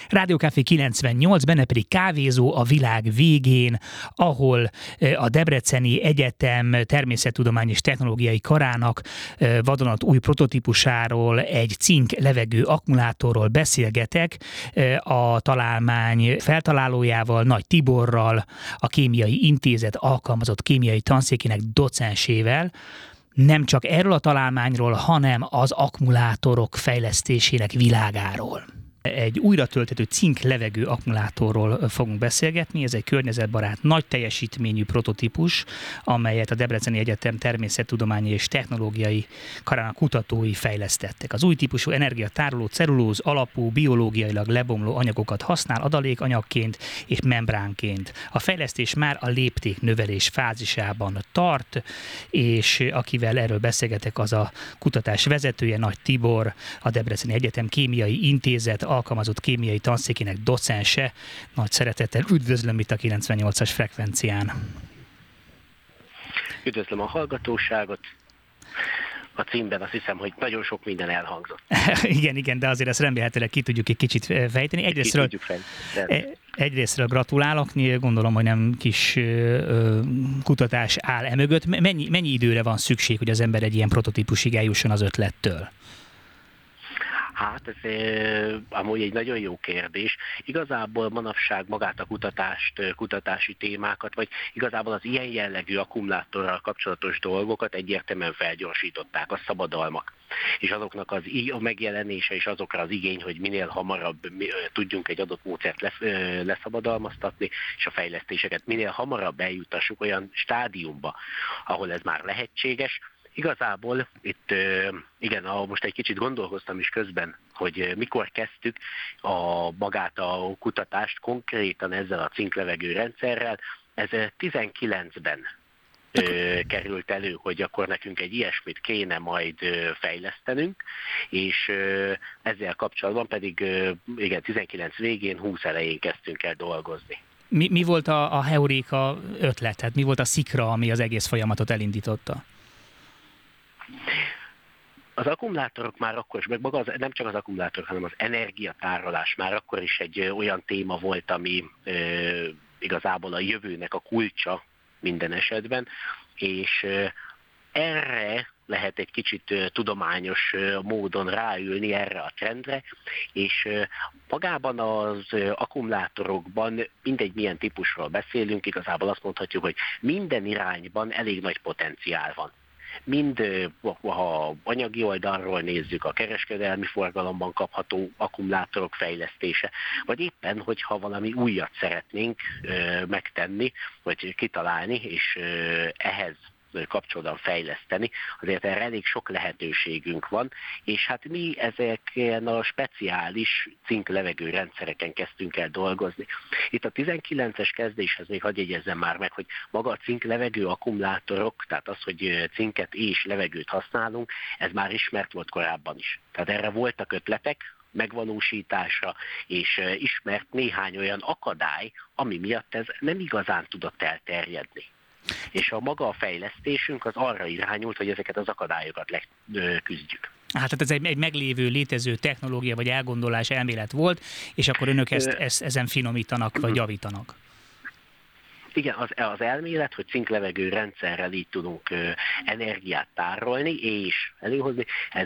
Rádiókáfé 98, benne pedig kávézó a világ végén, ahol a Debreceni Egyetem Természettudományi és Technológiai Karának vadonat új prototípusáról, egy cink levegő akkumulátorról beszélgetek a találmány feltalálójával, Nagy Tiborral, a Kémiai Intézet alkalmazott kémiai tanszékének docensével. Nem csak erről a találmányról, hanem az akkumulátorok fejlesztésének világáról. Egy újra tölthető cink-levegő akkumulátorról fogunk beszélgetni. Ez egy környezetbarát, nagy teljesítményű prototípus, amelyet a Debreceni Egyetem Természettudományi és Technológiai Karának kutatói fejlesztettek. Az új típusú energiatároló cellulóz alapú, biológiailag lebomló anyagokat használ adalékanyagként és membránként. A fejlesztés már a léptéknövelés fázisában tart, és akivel erről beszélgetek, az a kutatás vezetője, Nagy Tibor, a Debreceni Egyetem Kémiai Intézet alkalmazott kémiai tanszékének docense. Nagy szeretettel üdvözlöm itt a 98-as frekvencián. Üdvözlöm a hallgatóságot. A címben azt hiszem, hogy nagyon sok minden elhangzott. Igen, de azért ezt remélhetőleg ki tudjuk egy kicsit fejteni. Egyrésztről gratulálok, gondolom, hogy nem kis kutatás áll emögött. Mennyi időre van szükség, hogy az ember egy ilyen prototípusig eljusson az ötlettől? Hát ez amúgy egy nagyon jó kérdés. Igazából manapság magát a kutatási témákat, vagy igazából az ilyen jellegű akkumulátorral kapcsolatos dolgokat egyértelműen felgyorsították a szabadalmak. És azoknak a megjelenése és azokra az igény, hogy minél hamarabb tudjunk egy adott módszert leszabadalmaztatni, és a fejlesztéseket minél hamarabb eljutassuk olyan stádiumba, ahol ez már lehetséges. Igazából itt, most egy kicsit gondolkoztam is közben, hogy mikor kezdtük magát a kutatást konkrétan ezzel a cinklevegő rendszerrel. Ez 19-ben került elő, hogy akkor nekünk egy ilyesmit kéne majd fejlesztenünk, és ezzel kapcsolatban pedig 19 végén, 20 elején kezdtünk el dolgozni. Mi volt a heuréka ötlet? Tehát mi volt a szikra, ami az egész folyamatot elindította? Az akkumulátorok már akkor is, meg maga nem csak az akkumulátor, hanem az energiatárolás már akkor is egy olyan téma volt, ami igazából a jövőnek a kulcsa minden esetben, és erre lehet egy kicsit tudományos módon ráülni erre a trendre, és magában az akkumulátorokban mindegy milyen típusról beszélünk, igazából azt mondhatjuk, hogy minden irányban elég nagy potenciál van. Mind ha anyagi oldalról nézzük, a kereskedelmi forgalomban kapható akkumulátorok fejlesztése, vagy éppen, hogyha valami újat szeretnénk megtenni, vagy kitalálni, és ehhez kapcsolatban fejleszteni, azért erre elég sok lehetőségünk van, és hát mi ezeken a speciális cink-levegő rendszereken kezdtünk el dolgozni. Itt a 19-es kezdéshez még hadd jegyezzem már meg, hogy maga a cink-levegő akkumulátorok, tehát az, hogy cinket és levegőt használunk, ez már ismert volt korábban is. Tehát erre voltak ötletek, megvalósításra, és ismert néhány olyan akadály, ami miatt ez nem igazán tudott elterjedni. És a maga a fejlesztésünk az arra irányult, hogy ezeket az akadályokat leküzdjük. Hát ez egy meglévő, létező technológia vagy elgondolás, elmélet volt, és akkor önök ezen finomítanak vagy javítanak. Igen, az elmélet, hogy cinklevegő rendszerrel így tudunk energiát tárolni és előhozni,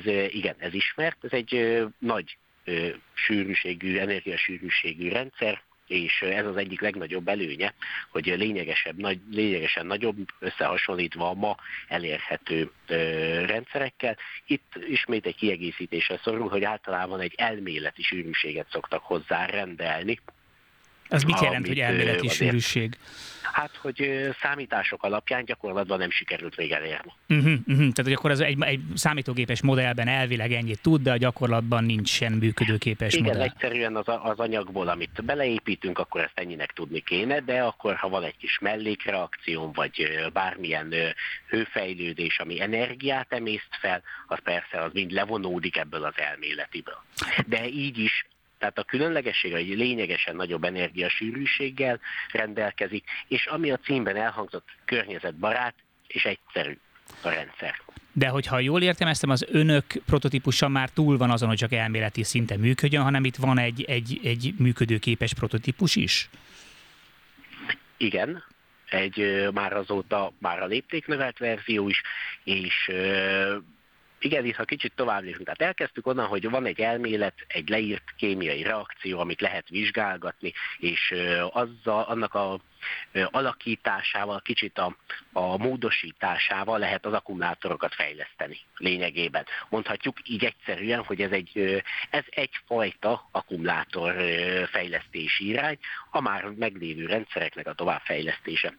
ez ismert, ez egy nagy sűrűségű, energiasűrűségű rendszer, és ez az egyik legnagyobb előnye, hogy lényegesen nagyobb összehasonlítva a ma elérhető rendszerekkel. Itt ismét egy kiegészítésre szorul, hogy általában egy elméleti sűrűséget szoktak hozzá rendelni. Az mit jelent, hogy elméleti sűrűség? Hát, hogy számítások alapján gyakorlatban nem sikerült még elérni. Tehát, hogy akkor ez egy számítógépes modellben elvileg ennyit tud, de a gyakorlatban nincsen működőképes modell. Igen, egyszerűen az anyagból, amit beleépítünk, akkor ezt ennyinek tudni kéne, de akkor, ha van egy kis mellékreakció, vagy bármilyen hőfejlődés, ami energiát emészt fel, az persze az mind levonódik ebből az elméletiből. De így is, tehát a különlegesség egy lényegesen nagyobb energiasűrűséggel rendelkezik, és ami a címben elhangzott, környezetbarát és egyszerű a rendszer. De hogyha jól értelmeztem, az önök prototípusa már túl van azon, hogy csak elméleti szinten működjön, hanem itt van egy működőképes prototípus is? Igen, már azóta már a léptéknövelt verzió is, és igen, itt ha kicsit tovább lépünk. Tehát elkezdtük onnan, hogy van egy elmélet, egy leírt kémiai reakció, amit lehet vizsgálgatni, és annak a alakításával, kicsit a módosításával lehet az akkumulátorokat fejleszteni lényegében. Mondhatjuk így egyszerűen, hogy ez egyfajta akkumulátor fejlesztési irány, a már meglévő rendszereknek a továbbfejlesztése.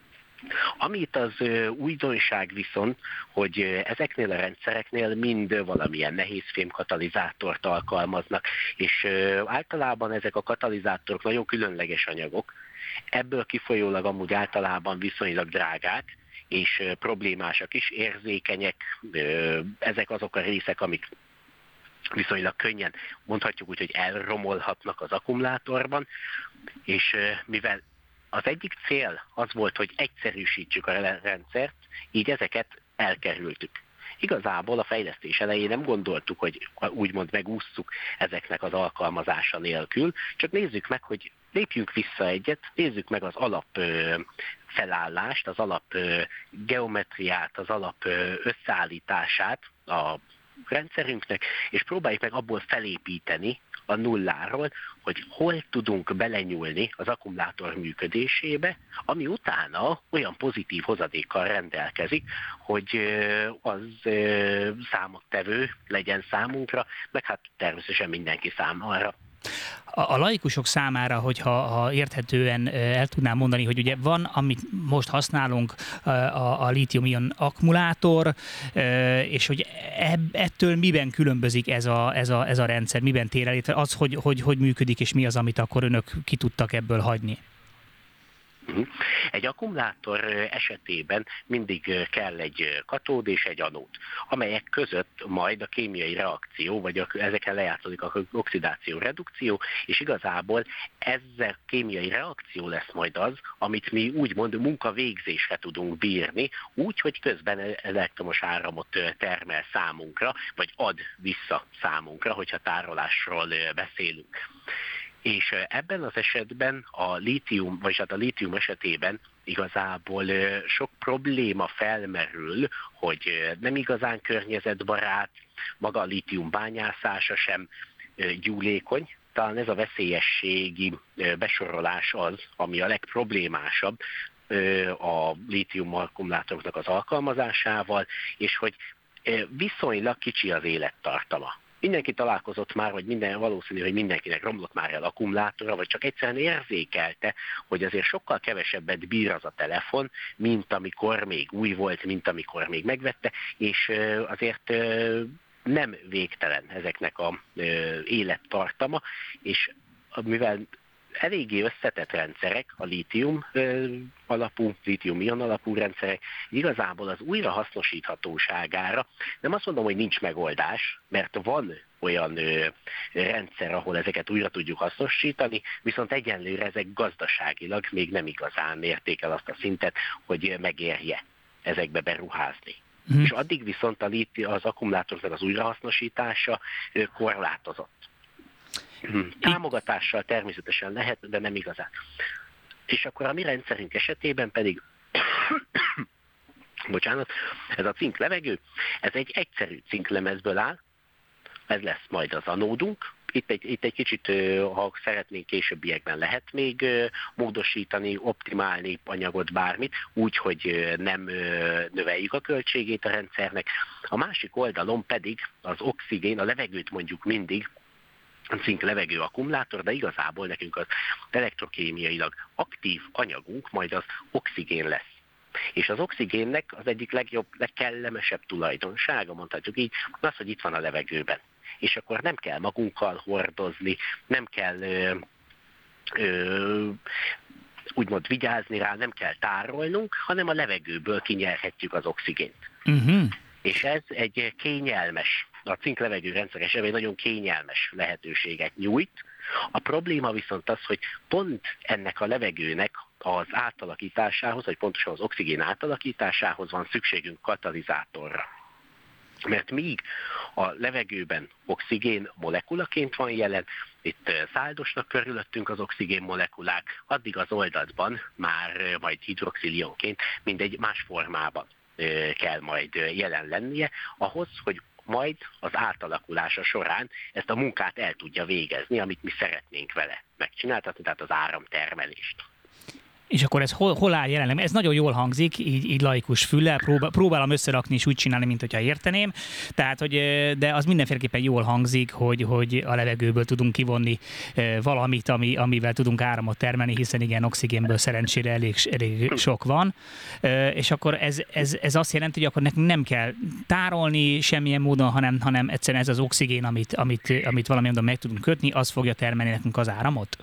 Ami itt az újdonság viszont, hogy ezeknél a rendszereknél mind valamilyen nehézfém katalizátort alkalmaznak, és általában ezek a katalizátorok nagyon különleges anyagok, ebből kifolyólag amúgy általában viszonylag drágák, és problémásak is, érzékenyek, ezek azok a részek, amik viszonylag könnyen, mondhatjuk úgy, hogy elromolhatnak az akkumulátorban, és mivel az egyik cél az volt, hogy egyszerűsítsük a rendszert, így ezeket elkerültük. Igazából a fejlesztés elején nem gondoltuk, hogy úgymond megússzuk ezeknek az alkalmazása nélkül, csak nézzük meg, hogy lépjünk vissza egyet, nézzük meg az alap felállást, az alap geometriát, az alap összeállítását a rendszerünknek, és próbáljuk meg abból felépíteni a nulláról, hogy hol tudunk belenyúlni az akkumulátor működésébe, ami utána olyan pozitív hozadékkal rendelkezik, hogy az számottevő legyen számunkra, meg hát természetesen mindenki számára. A laikusok számára, hogyha érthetően el tudnám mondani, hogy ugye van, amit most használunk, a lítium-ion akkumulátor, és hogy ettől miben különbözik ez a rendszer, miben tér el, illetve az, hogy működik, és mi az, amit akkor önök ki tudtak ebből hagyni? Egy akkumulátor esetében mindig kell egy katód és egy anód, amelyek között majd a kémiai reakció, vagy ezeken lejátszódik az oxidáció-redukció, és igazából ezzel kémiai reakció lesz majd az, amit mi úgymond munkavégzésre tudunk bírni, úgy, hogy közben elektromos áramot termel számunkra, vagy ad vissza számunkra, hogyha tárolásról beszélünk. És ebben az esetben a lítium, vagyis hát a lítium esetében igazából sok probléma felmerül, hogy nem igazán környezetbarát, maga a lítium bányászása sem gyúlékony. Talán ez a veszélyességi besorolás az, ami a legproblémásabb a lítium akkumulátoroknak az alkalmazásával, és hogy viszonylag kicsi az élettartama. Mindenki találkozott már, vagy valószínű, hogy mindenkinek romlott már el akkumulátora, vagy csak egyszerűen érzékelte, hogy azért sokkal kevesebbet bír az a telefon, mint amikor még új volt, mint amikor még megvette, és azért nem végtelen ezeknek az élettartama, és mivel eléggé összetett rendszerek, a lítium-ion alapú rendszerek, igazából az újrahasznosíthatóságára nem azt mondom, hogy nincs megoldás, mert van olyan rendszer, ahol ezeket újra tudjuk hasznosítani, viszont egyenlőre ezek gazdaságilag még nem igazán érték el azt a szintet, hogy megérje ezekbe beruházni. És addig viszont az akkumulátornak az újrahasznosítása korlátozott. Támogatással természetesen lehet, de nem igazán. És akkor a mi rendszerünk esetében pedig, ez a cinklevegő, ez egy egyszerű cinklemezből áll, ez lesz majd az anódunk. Itt egy kicsit, ha szeretnénk későbbiekben lehet még módosítani, optimálni anyagot, bármit, úgy, hogy nem növeljük a költségét a rendszernek. A másik oldalon pedig az oxigén, a levegőt mondjuk mindig, a cink-levegő akkumulátor, de igazából nekünk az elektrokémiailag aktív anyagunk majd az oxigén lesz. És az oxigénnek az egyik legjobb, legkellemesebb tulajdonsága, mondhatjuk így, az, hogy itt van a levegőben. És akkor nem kell magunkkal hordozni, nem kell úgymond vigyázni rá, nem kell tárolnunk, hanem a levegőből kinyerhetjük az oxigént. És ez egy kényelmes, a cink-levegő rendszer esetben egy nagyon kényelmes lehetőséget nyújt. A probléma viszont az, hogy pont ennek a levegőnek az átalakításához, vagy pontosan az oxigén átalakításához van szükségünk katalizátorra. Mert míg a levegőben oxigén molekulaként van jelen, itt száldosnak körülöttünk az oxigén molekulák, addig az oldatban már majd hidroxilionként mindegy más formában kell majd jelen lennie, ahhoz, hogy majd az átalakulása során ezt a munkát el tudja végezni, amit mi szeretnénk vele megcsináltatni, tehát az áramtermelést. És akkor ez hol áll jelenleg? Ez nagyon jól hangzik, így laikus füllel, próbálom összerakni és úgy csinálni, mint hogyha érteném. Tehát, de az mindenféleképpen jól hangzik, hogy a levegőből tudunk kivonni valamit, amivel tudunk áramot termelni, hiszen igen, oxigénből szerencsére elég sok van. És akkor ez azt jelenti, hogy akkor nekünk nem kell tárolni semmilyen módon, hanem egyszerűen ez az oxigén, amit valamilyen módon meg tudunk kötni, az fogja termelni nekünk az áramot?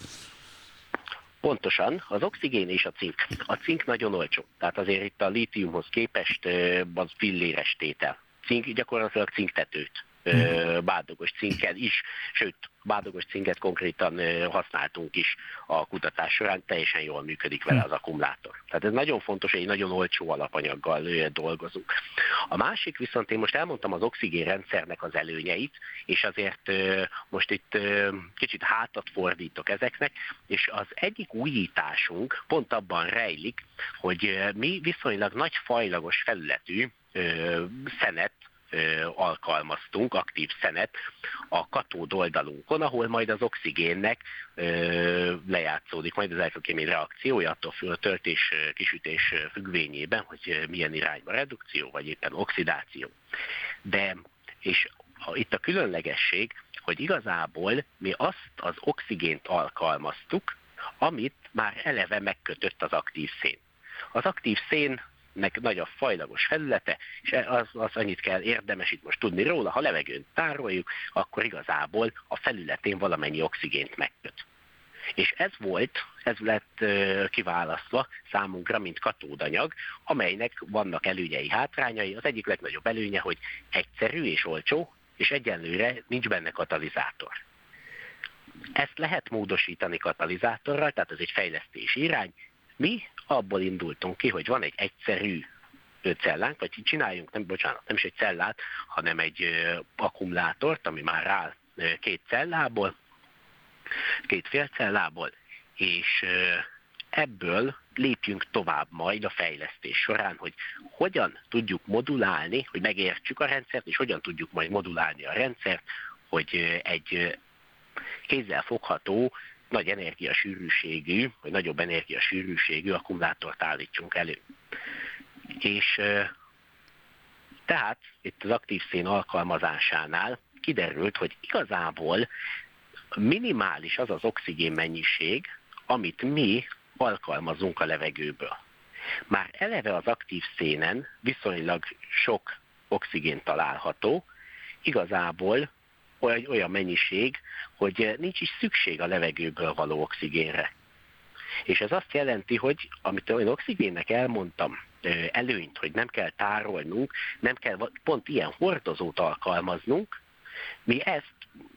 Pontosan, az oxigén és a cink. A cink nagyon olcsó, tehát azért itt a lítiumhoz képest az filléres tétel. Cink gyakorlatilag cinktetőt, bádogos cinkkel is, sőt, bádogos cinket konkrétan használtunk is a kutatás során, teljesen jól működik vele az akkumulátor. Tehát ez nagyon fontos, hogy egy nagyon olcsó alapanyaggal dolgozunk. A másik viszont én most elmondtam az oxigénrendszernek az előnyeit, és azért most itt kicsit hátat fordítok ezeknek, és az egyik újításunk pont abban rejlik, hogy mi viszonylag nagy fajlagos felületű szenet alkalmaztunk, aktív szenet a katód oldalunkon, ahol majd az oxigénnek lejátszódik majd az elektrokémiai reakciója, attól függ a töltés-kisütés függvényében, hogy milyen irányba redukció, vagy éppen oxidáció. És itt a különlegesség, hogy igazából mi azt az oxigént alkalmaztuk, amit már eleve megkötött az aktív szén. Az aktív szénnek nagy a fajlagos felülete, és az annyit kell érdemes itt most tudni róla, ha levegőn tároljuk, akkor igazából a felületén valamennyi oxigént megköt. És ez lett kiválasztva számunkra, mint katódanyag, amelynek vannak előnyei, hátrányai. Az egyik legnagyobb előnye, hogy egyszerű és olcsó, és egyenlőre nincs benne katalizátor. Ezt lehet módosítani katalizátorral, tehát ez egy fejlesztési irány. Mi abból indultunk ki, hogy van egy egyszerű cellánk, vagy csináljunk, nem is egy cellát, hanem egy akkumulátort, ami már áll két félcellából, és ebből lépjünk tovább majd a fejlesztés során, hogy hogyan tudjuk modulálni, hogy megértsük a rendszert, és hogyan tudjuk majd modulálni a rendszert, hogy egy kézzelfogható, nagy energiasűrűségű, vagy nagyobb energiasűrűségű akkumulátort állítsunk elő. És tehát itt az aktív szén alkalmazásánál kiderült, hogy igazából minimális az az oxigén mennyiség, amit mi alkalmazunk a levegőből. Már eleve az aktív szénen viszonylag sok oxigén található, igazából olyan mennyiség, hogy nincs is szükség a levegőből való oxigénre. És ez azt jelenti, hogy amit én oxigénnek elmondtam, előnyt, hogy nem kell tárolnunk, nem kell pont ilyen hordozót alkalmaznunk, mi ezt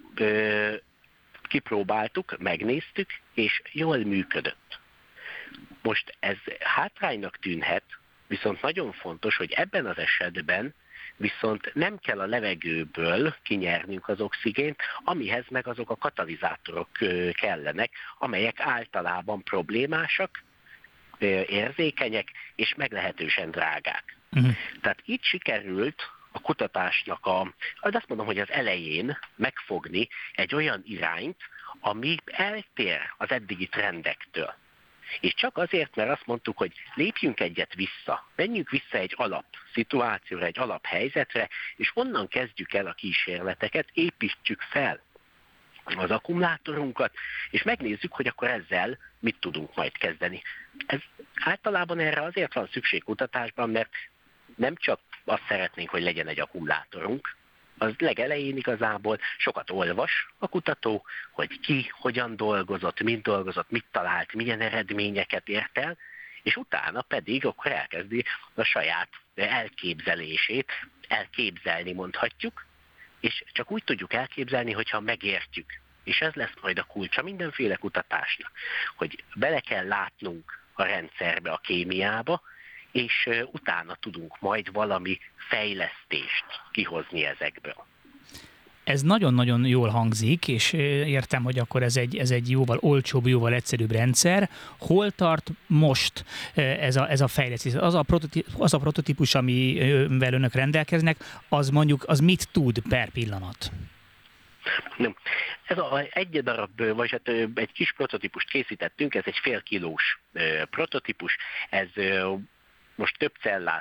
kipróbáltuk, megnéztük, és jól működött. Most ez hátránynak tűnhet, viszont nagyon fontos, hogy ebben az esetben viszont nem kell a levegőből kinyernünk az oxigént, amihez meg azok a katalizátorok kellenek, amelyek általában problémásak, érzékenyek és meglehetősen drágák. Tehát így sikerült a kutatásnak azt mondom, hogy az elején megfogni egy olyan irányt, ami eltér az eddigi trendektől. És csak azért, mert azt mondtuk, hogy lépjünk egyet vissza, menjünk vissza egy alapszituációra, egy alaphelyzetre, és onnan kezdjük el a kísérleteket, építsük fel az akkumulátorunkat, és megnézzük, hogy akkor ezzel mit tudunk majd kezdeni. Ez általában erre azért van szükség kutatásban, mert nem csak azt szeretnénk, hogy legyen egy akkumulátorunk, az legelején igazából sokat olvas a kutató, hogy ki, hogyan dolgozott, mit talált, milyen eredményeket ért el, és utána pedig akkor elkezdi a saját elképzelését, elképzelni mondhatjuk, és csak úgy tudjuk elképzelni, hogyha megértjük. És ez lesz majd a kulcsa mindenféle kutatásnak, hogy bele kell látnunk a rendszerbe, a kémiába, és utána tudunk majd valami fejlesztést kihozni ezekből. Ez nagyon-nagyon jól hangzik, és értem, hogy akkor ez egy jóval olcsóbb, jóval egyszerűbb rendszer. Hol tart most ez a fejlesztés? Az a prototípus, amivel önök rendelkeznek, az mit tud per pillanat? Nem. Ez egy darab, vagy hát egy kis prototípust készítettünk, ez egy fél kilós prototípus, ez most több cellát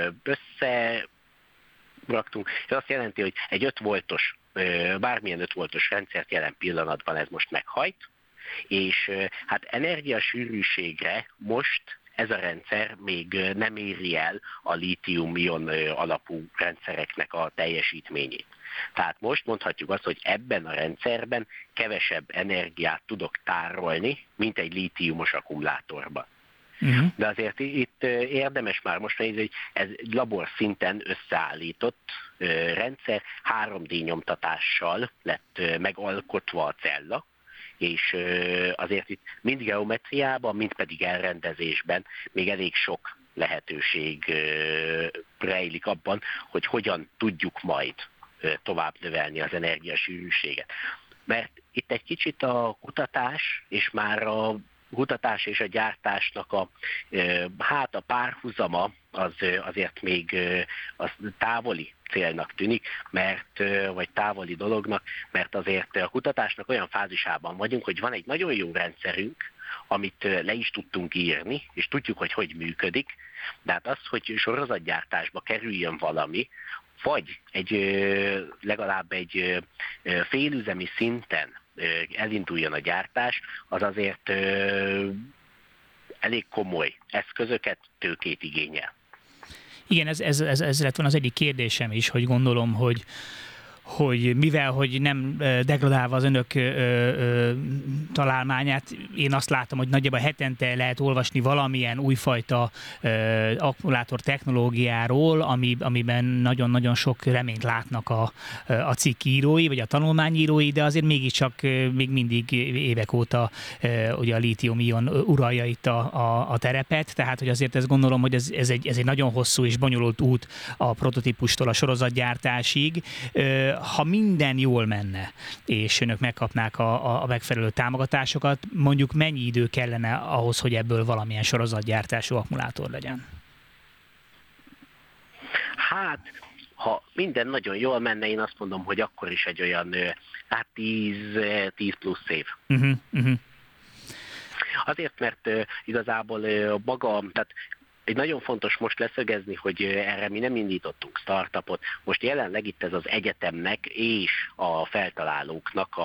összeraktunk, ez azt jelenti, hogy egy 5 voltos, bármilyen 5 voltos rendszert jelen pillanatban ez most meghajt, és hát energiasűrűségre most ez a rendszer még nem éri el a lítium-ion alapú rendszereknek a teljesítményét. Tehát most mondhatjuk azt, hogy ebben a rendszerben kevesebb energiát tudok tárolni, mint egy lítiumos akkumulátorban. De azért itt érdemes már most nézni, hogy ez egy labor szinten összeállított rendszer, 3D nyomtatással lett megalkotva a cella, és azért itt mind geometriában, mind pedig elrendezésben még elég sok lehetőség rejlik abban, hogy hogyan tudjuk majd tovább növelni az energiasűrűséget. Mert itt egy kicsit a kutatás, és már a kutatás és a gyártásnak a párhuzama az azért még az távoli célnak tűnik, vagy távoli dolognak, mert azért a kutatásnak olyan fázisában vagyunk, hogy van egy nagyon jó rendszerünk, amit le is tudtunk írni, és tudjuk, hogy működik, de hát az, hogy sorozatgyártásba kerüljön valami, vagy legalább egy félüzemi szinten elinduljon a gyártás, az azért elég komoly eszközöket, tőkét igényel. Igen, ez lett volna az egyik kérdésem is, hogy gondolom, hogy mivel, hogy nem degradálva az önök találmányát, én azt látom, hogy nagyjából hetente lehet olvasni valamilyen újfajta akkumulátor technológiáról, amiben nagyon-nagyon sok reményt látnak a cikkírói, vagy a tanulmányírói, de azért mégiscsak még mindig évek óta ugye a lítium-ion uralja itt a terepet, tehát hogy azért ezt gondolom, hogy ez egy nagyon hosszú és bonyolult út a prototípustól a sorozatgyártásig. Ha minden jól menne, és önök megkapnák a megfelelő támogatásokat, mondjuk mennyi idő kellene ahhoz, hogy ebből valamilyen sorozatgyártású akkumulátor legyen? Hát, ha minden nagyon jól menne, én azt mondom, hogy akkor is egy olyan 10 plusz év. Azért, mert igazából tehát egy nagyon fontos most leszögezni, hogy erre mi nem indítottunk startupot. Most jelenleg itt ez az egyetemnek és a feltalálóknak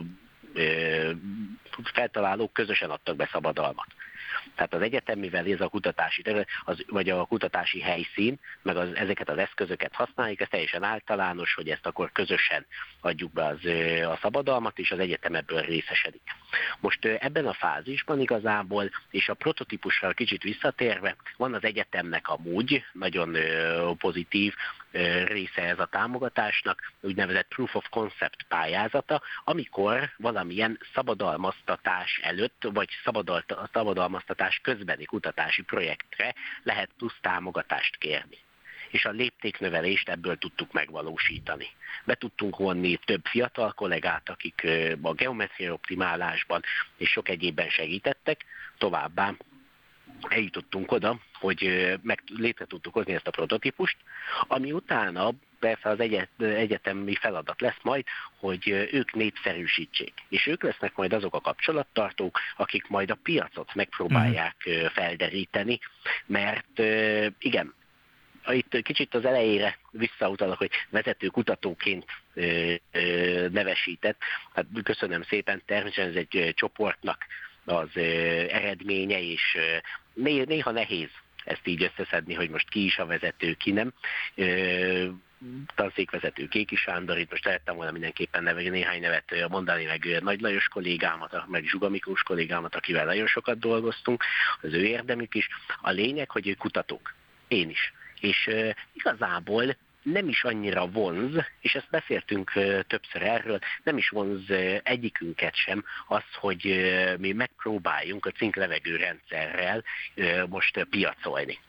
feltalálók közösen adtak be szabadalmat. Tehát az egyetem, mivel ez a kutatási terület, vagy a kutatási helyszín, meg ezeket az eszközöket használjuk, ez teljesen általános, hogy ezt akkor közösen adjuk be a szabadalmat, és az egyetem ebből részesedik. Most ebben a fázisban igazából, és a prototípusra kicsit visszatérve, van az egyetemnek amúgy nagyon pozitív része ez a támogatásnak, úgynevezett Proof of Concept pályázata, amikor valamilyen szabadalmaztatás előtt, vagy szabadalmaztatás közbeni kutatási projektre lehet plusz támogatást kérni. És a léptéknövelést ebből tudtuk megvalósítani. Be tudtunk vonni több fiatal kollégát, akik a geometriai optimálásban és sok egyébben segítettek, továbbá eljutottunk oda, hogy létre tudtuk hozni ezt a prototípust, ami utána persze az egyetemi feladat lesz majd, hogy ők népszerűsítsék. És ők lesznek majd azok a kapcsolattartók, akik majd a piacot megpróbálják felderíteni, mert igen, itt kicsit az elejére visszautalok, hogy vezető kutatóként nevesített. Hát köszönöm szépen, természetesen ez egy csoportnak az eredménye, és néha nehéz ezt így összeszedni, hogy most ki is a vezető, ki nem. Tanszékvezető Kéki Sándor, itt most lehettem volna mindenképpen néhány nevet mondani, meg Nagy Lajos kollégámat, meg Zsuga Miklós kollégámat, akivel nagyon sokat dolgoztunk, az ő érdemük is. A lényeg, hogy ők kutatók. Én is. És igazából nem is annyira vonz, és ezt beszéltünk többször erről, nem is vonz egyikünket sem az, hogy mi megpróbáljunk a cink-levegő rendszerrel most piacolni.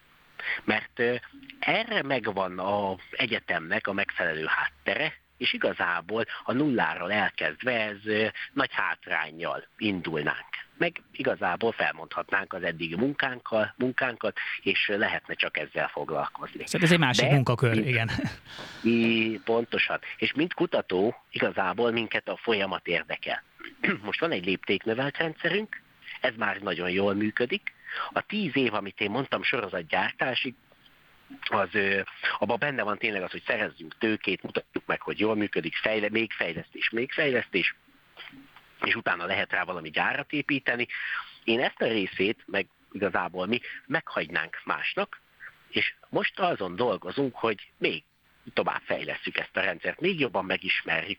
Mert erre megvan az egyetemnek a megfelelő háttere, és igazából a nulláról elkezdve ez nagy hátránnyal indulnánk. Meg igazából felmondhatnánk az eddigi munkánkat, és lehetne csak ezzel foglalkozni. Szóval ez egy másik munkakör, igen. Pontosan. És mint kutató igazából minket a folyamat érdekel. Most van egy léptéknövelt rendszerünk, ez már nagyon jól működik. A 10 év, amit én mondtam sorozatgyártásig, abban benne van tényleg az, hogy szerezzünk tőkét, mutatjuk meg, hogy jól működik, még fejlesztés, és utána lehet rá valami gyárat építeni. Én ezt a részét, meg igazából mi meghagynánk másnak, és most azon dolgozunk, hogy még tovább fejlesszük ezt a rendszert, még jobban megismerjük,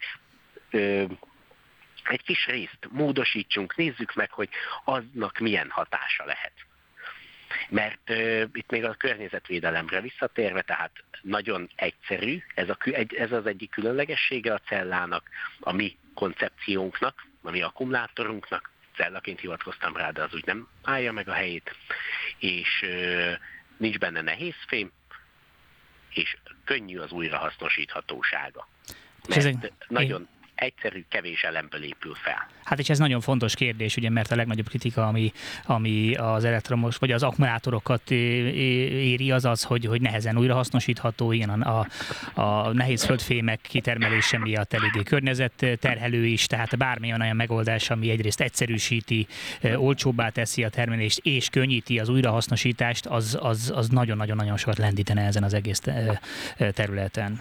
egy kis részt módosítsunk, nézzük meg, hogy aznak milyen hatása lehet. Mert itt még a környezetvédelemre visszatérve, tehát nagyon egyszerű, ez az egyik különlegessége a cellának, a mi koncepciónknak, a mi akkumulátorunknak, cellaként hivatkoztam rá, de az úgy nem állja meg a helyét, és nincs benne nehézfém, és könnyű az újrahasznosíthatósága. Mert nagyon egyszerű, kevés elemből épül fel. Hát és ez nagyon fontos kérdés, ugye, mert a legnagyobb kritika, ami az elektromos, vagy az akkumulátorokat éri, az, hogy nehezen újrahasznosítható, igen, a nehéz földfémek kitermelése miatt eléggé környezetterhelő is, tehát bármilyen olyan megoldás, ami egyrészt egyszerűsíti, olcsóbbá teszi a termelést, és könnyíti az újrahasznosítást, az nagyon-nagyon sokat lendítene ezen az egész területen.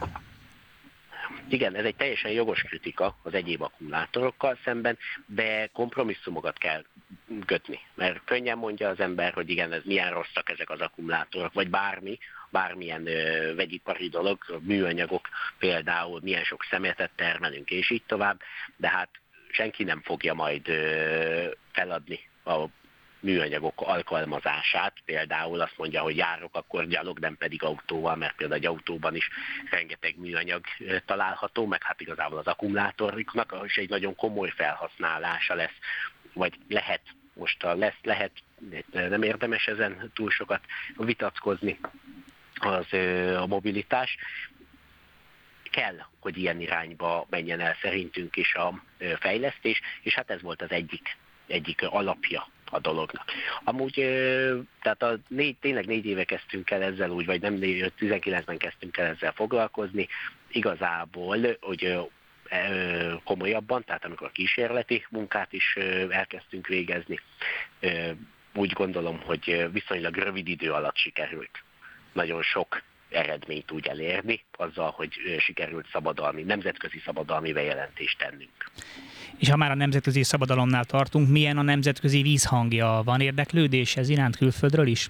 Igen, ez egy teljesen jogos kritika az egyéb akkumulátorokkal szemben, de kompromisszumokat kell kötni. Mert könnyen mondja az ember, hogy igen, ez milyen rosszak ezek az akkumulátorok, vagy bármilyen vegyipari dolog, műanyagok például, milyen sok szemetet termelünk, és így tovább, de hát senki nem fogja majd feladni a műanyagok alkalmazását, például azt mondja, hogy járok akkor gyalog, nem pedig autóval, mert például egy autóban is rengeteg műanyag található, meg hát igazából az akkumulátoriknak is egy nagyon komoly felhasználása lesz, vagy lehet, lehet, nem érdemes ezen túl sokat vitatkozni, a mobilitás. Kell, hogy ilyen irányba menjen el szerintünk is a fejlesztés, és hát ez volt az egyik alapja a dolognak. Amúgy, tehát tényleg 4 éve kezdtünk el ezzel úgy, vagy nem 19-ben kezdtünk el ezzel foglalkozni, igazából, hogy komolyabban, tehát amikor kísérleti munkát is elkezdtünk végezni, úgy gondolom, hogy viszonylag rövid idő alatt sikerült nagyon sok eredményt úgy elérni, azzal, hogy sikerült nemzetközi szabadalmi bejelentést tennünk. És ha már a nemzetközi szabadalomnál tartunk, milyen a nemzetközi vízhangja? Van érdeklődés ez iránt külföldről is?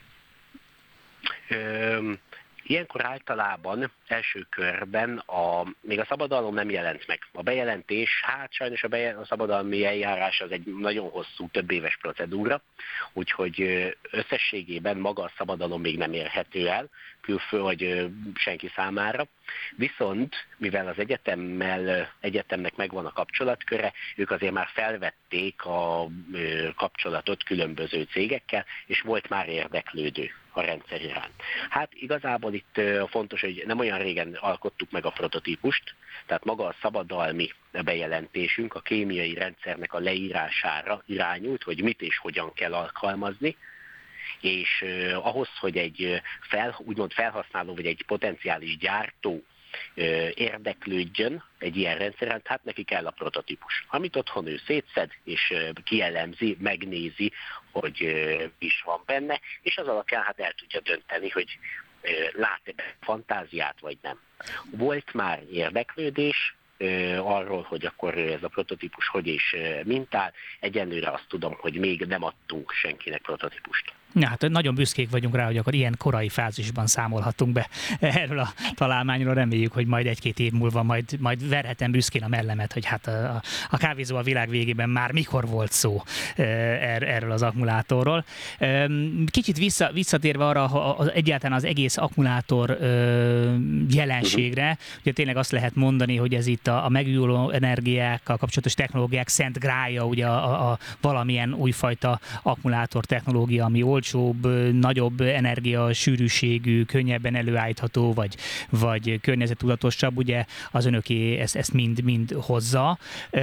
Ilyenkor általában első körben még a szabadalom nem jelent meg. A bejelentés, hát sajnos a szabadalmi eljárás az egy nagyon hosszú, több éves procedúra, úgyhogy összességében maga a szabadalom még nem érhető el, vagy senki számára. Viszont, mivel az egyetemnek megvan a kapcsolatköre, ők azért már felvették a kapcsolatot különböző cégekkel, és volt már érdeklődő a rendszer iránt. Hát igazából itt fontos, hogy nem olyan régen alkottuk meg a prototípust, tehát maga a szabadalmi bejelentésünk a kémiai rendszernek a leírására irányult, hogy mit és hogyan kell alkalmazni, és ahhoz, hogy egy úgymond felhasználó vagy egy potenciális gyártó érdeklődjön egy ilyen rendszeren, hát neki kell a prototípus. Amit otthon ő szétszed, és kielemzi, megnézi, hogy is van benne, és az alapján hát el tudja dönteni, hogy lát-e fantáziát, vagy nem. Volt már érdeklődés arról, hogy akkor ez a prototípus hogy is mintál. Egyenlőre azt tudom, hogy még nem adtunk senkinek prototípust. Ja, hát nagyon büszkék vagyunk rá, hogy akkor ilyen korai fázisban számolhatunk be erről a találmányról. Reméljük, hogy majd 1-2 év múlva majd verhetem büszkén a mellemet, hogy hát a kávézó a világ végében már mikor volt szó erről az akkumulátorról. Kicsit visszatérve arra, egyáltalán az egész akkumulátor jelenségre, ugye tényleg azt lehet mondani, hogy ez itt a megújuló energiákkal kapcsolatos technológiák szent grálja, ugye a valamilyen újfajta akkumulátor technológia, ami olcsóbb, nagyobb energiasűrűségű, könnyebben előállítható, vagy környezettudatosabb, ugye az önöké ezt mind hozza.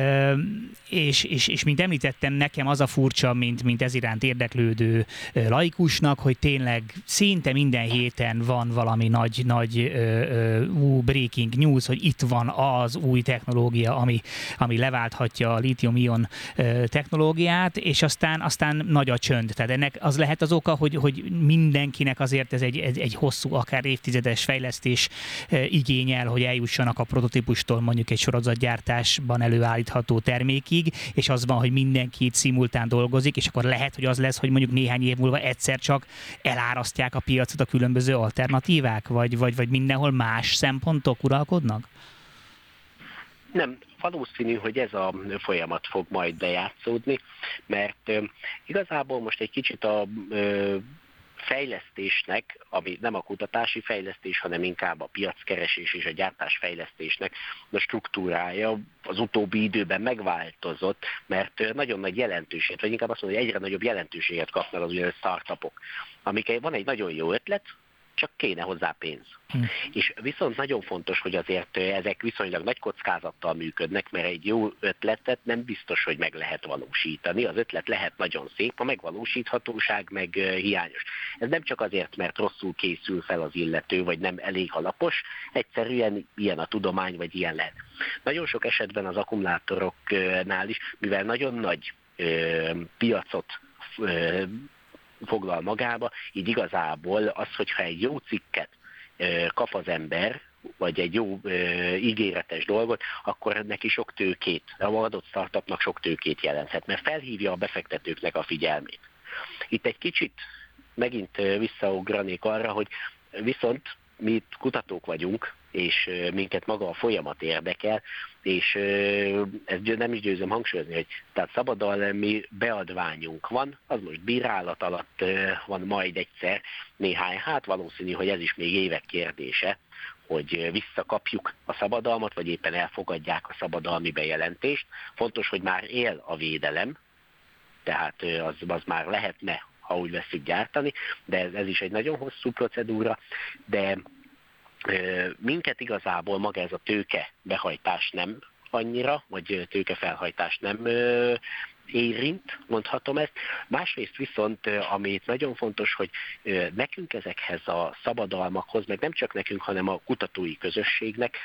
És mint említettem, nekem az a furcsa, mint ez iránt érdeklődő laikusnak, hogy tényleg szinte minden héten van valami nagy breaking news, hogy itt van az új technológia, ami leválthatja a lítium-ion technológiát, és aztán nagy a csönd. Tehát ennek az lehet az oka, hogy mindenkinek azért ez egy hosszú, akár évtizedes fejlesztés igényel, hogy eljussanak a prototípustól mondjuk egy sorozatgyártásban előállítható termékig, és az van, hogy mindenki itt szimultán dolgozik, és akkor lehet, hogy az lesz, hogy mondjuk néhány év múlva egyszer csak elárasztják a piacot a különböző alternatívák, vagy mindenhol más szempontok uralkodnak? Nem, valószínű, hogy ez a folyamat fog majd bejátszódni, mert igazából most egy kicsit a fejlesztésnek, ami nem a kutatási fejlesztés, hanem inkább a piackeresés és a gyártásfejlesztésnek a struktúrája az utóbbi időben megváltozott, mert nagyon nagy jelentőséget, vagy inkább azt mondom, hogy egyre nagyobb jelentőséget kapnak az úgynevezett startupok, amik van egy nagyon jó ötlet, csak kéne hozzá pénz. És viszont nagyon fontos, hogy azért ezek viszonylag nagy kockázattal működnek, mert egy jó ötletet nem biztos, hogy meg lehet valósítani. Az ötlet lehet nagyon szép, a megvalósíthatóság meg hiányos. Ez nem csak azért, mert rosszul készül fel az illető, vagy nem elég alapos, egyszerűen ilyen a tudomány, vagy ilyen lehet. Nagyon sok esetben az akkumulátoroknál is, mivel nagyon nagy piacot foglal magába, így igazából az, hogyha egy jó cikket kap az ember, vagy egy jó ígéretes dolgot, akkor neki sok tőkét, a adott startupnak sok tőkét jelenthet, mert felhívja a befektetőknek a figyelmét. Itt egy kicsit megint visszaugranék arra, hogy viszont mi itt kutatók vagyunk, és minket maga a folyamat érdekel, és ezt nem is győzöm hangsúlyozni, hogy tehát szabadalmi beadványunk van, az most bírálat alatt van majd egyszer néhány, hát valószínű, hogy ez is még évek kérdése, hogy visszakapjuk a szabadalmat, vagy éppen elfogadják a szabadalmi bejelentést. Fontos, hogy már él a védelem, tehát az már lehetne, ha úgy veszik, gyártani, de ez is egy nagyon hosszú procedúra, de minket igazából maga ez a tőke behajtás nem annyira, vagy tőkefelhajtás nem érint, mondhatom ezt. Másrészt viszont, ami nagyon fontos, hogy nekünk ezekhez a szabadalmakhoz, meg nem csak nekünk, hanem a kutatói közösségnek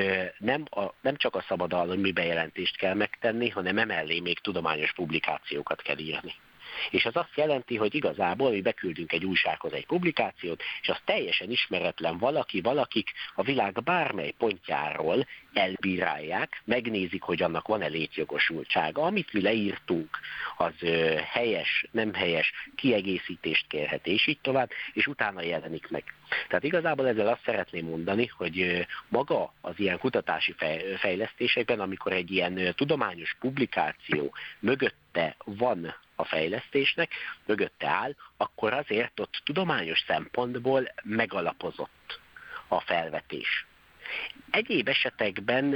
nem csak a szabadalmi bejelentést kell megtenni, hanem emellé még tudományos publikációkat kell írni. És ez azt jelenti, hogy igazából mi beküldünk egy újsághoz egy publikációt, és az teljesen ismeretlen valakik a világ bármely pontjáról elbírálják, megnézik, hogy annak van-e létjogosultsága. Amit mi leírtunk, az helyes, nem helyes, kiegészítést kérhet, és így tovább, és utána jelenik meg. Tehát igazából ezzel azt szeretném mondani, hogy maga az ilyen kutatási fejlesztésekben, amikor egy ilyen tudományos publikáció mögötte van a fejlesztésnek, mögötte áll, akkor azért ott tudományos szempontból megalapozott a felvetés. Egyéb esetekben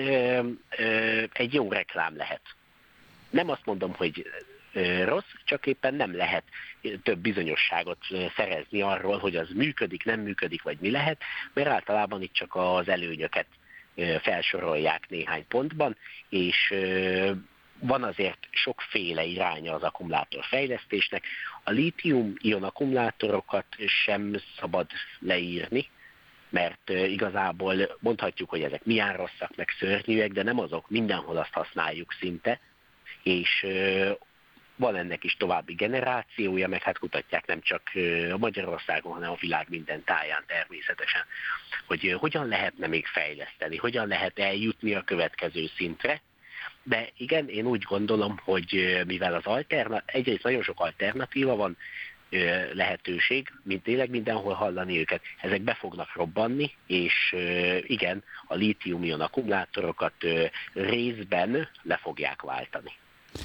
egy jó reklám lehet. Nem azt mondom, hogy rossz, csak éppen nem lehet több bizonyosságot szerezni arról, hogy az működik, nem működik, vagy mi lehet, mert általában itt csak az előnyöket felsorolják néhány pontban, és van azért sokféle iránya az akkumulátorfejlesztésnek. A lítium-ion akkumulátorokat sem szabad leírni, mert igazából mondhatjuk, hogy ezek milyen rosszak, meg szörnyűek, de nem azok, mindenhol azt használjuk szinte, és van ennek is további generációja, meg hát kutatják nem csak a Magyarországon, hanem a világ minden táján természetesen, hogy hogyan lehetne még fejleszteni, hogyan lehet eljutni a következő szintre. De igen, én úgy gondolom, hogy mivel az egyrészt nagyon sok alternatíva van, lehetőség, mint tényleg mindenhol hallani őket, ezek be fognak robbanni, és igen, a lítium-ion akkumulátorokat részben le fogják váltani.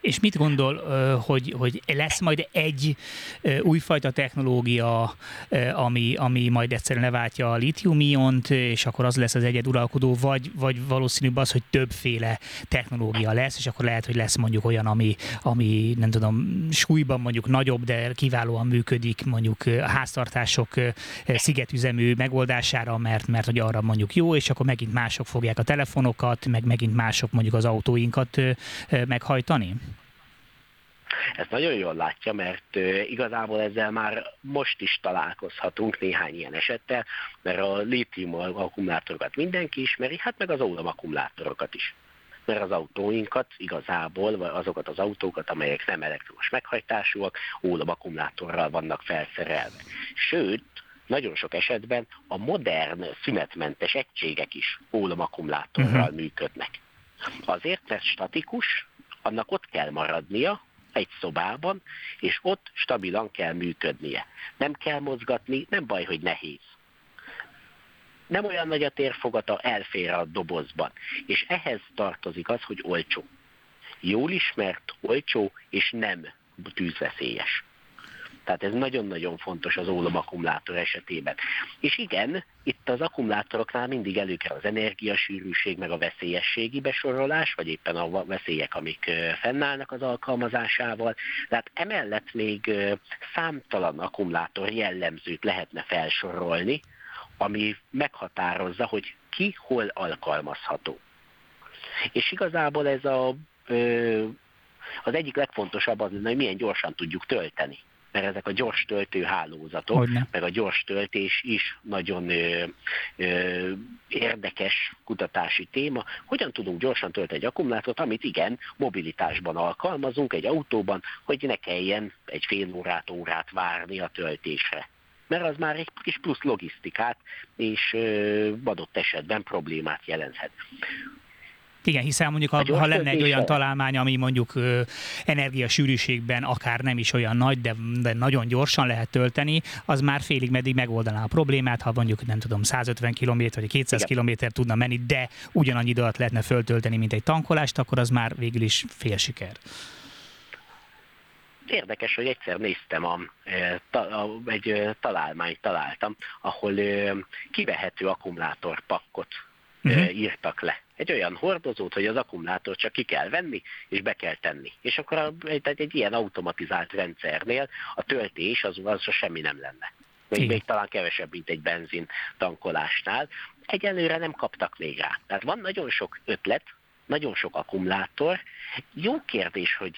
És mit gondol, hogy lesz majd egy újfajta technológia, ami majd egyszerűen leváltja a lítium-iont, és akkor az lesz az egyeduralkodó, vagy valószínűbb az, hogy többféle technológia lesz, és akkor lehet, hogy lesz mondjuk olyan, ami nem tudom, súlyban mondjuk nagyobb, de kiválóan működik mondjuk a háztartások szigetüzemű megoldására, mert hogy arra mondjuk jó, és akkor megint mások fogják a telefonokat, meg megint mások mondjuk az autóinkat meghajtani? Ezt nagyon jól látja, mert igazából ezzel már most is találkozhatunk néhány ilyen esettel, mert a lítium akkumulátorokat mindenki ismeri, hát meg az ólom akkumulátorokat is. Mert az autóinkat igazából, vagy azokat az autókat, amelyek nem elektromos meghajtásúak, ólom akkumulátorral vannak felszerelve. Sőt, nagyon sok esetben a modern szünetmentes egységek is ólom akkumulátorral működnek. Azért, mert statikus, annak ott kell maradnia, egy szobában, és ott stabilan kell működnie. Nem kell mozgatni, nem baj, hogy nehéz. Nem olyan nagy a térfogata, elfér a dobozban. És ehhez tartozik az, hogy olcsó. Jól ismert, olcsó, és nem tűzveszélyes. Tehát ez nagyon-nagyon fontos az ólom akkumulátor esetében. És igen, itt az akkumulátoroknál mindig előkerül az energiasűrűség, meg a veszélyességi besorolás, vagy éppen a veszélyek, amik fennállnak az alkalmazásával. Tehát emellett még számtalan akkumulátor jellemzőt lehetne felsorolni, ami meghatározza, hogy ki hol alkalmazható. És igazából ez az egyik legfontosabb az, hogy milyen gyorsan tudjuk tölteni. Mert ezek a gyors töltőhálózatok, meg a gyors töltés is nagyon érdekes kutatási téma. Hogyan tudunk gyorsan tölteni egy akkumulátort, amit igen, mobilitásban alkalmazunk egy autóban, hogy ne kelljen egy fél órát várni a töltésre. Mert az már egy kis plusz logisztikát és adott esetben problémát jelenthet. Igen, hiszen mondjuk ha lenne egy olyan találmány, ami mondjuk energiasűrűségben akár nem is olyan nagy, de nagyon gyorsan lehet tölteni, az már félig meddig megoldaná a problémát, ha mondjuk nem tudom 150 km vagy 200 km tudna menni, de ugyanannyi idő alatt lehetne föltölteni, mint egy tankolást, akkor az már végül is fél siker. Érdekes, hogy egyszer néztem, egy találmányt találtam, ahol kivehető akkumulátorpakkot írtak le. Egy olyan hordozót, hogy az akkumulátort csak ki kell venni, és be kell tenni. És akkor egy ilyen automatizált rendszernél a töltés az semmi nem lenne. Még talán kevesebb, mint egy benzin tankolásnál. Egyelőre nem kaptak még rá. Tehát van nagyon sok ötlet, nagyon sok akkumulátor. Jó kérdés, hogy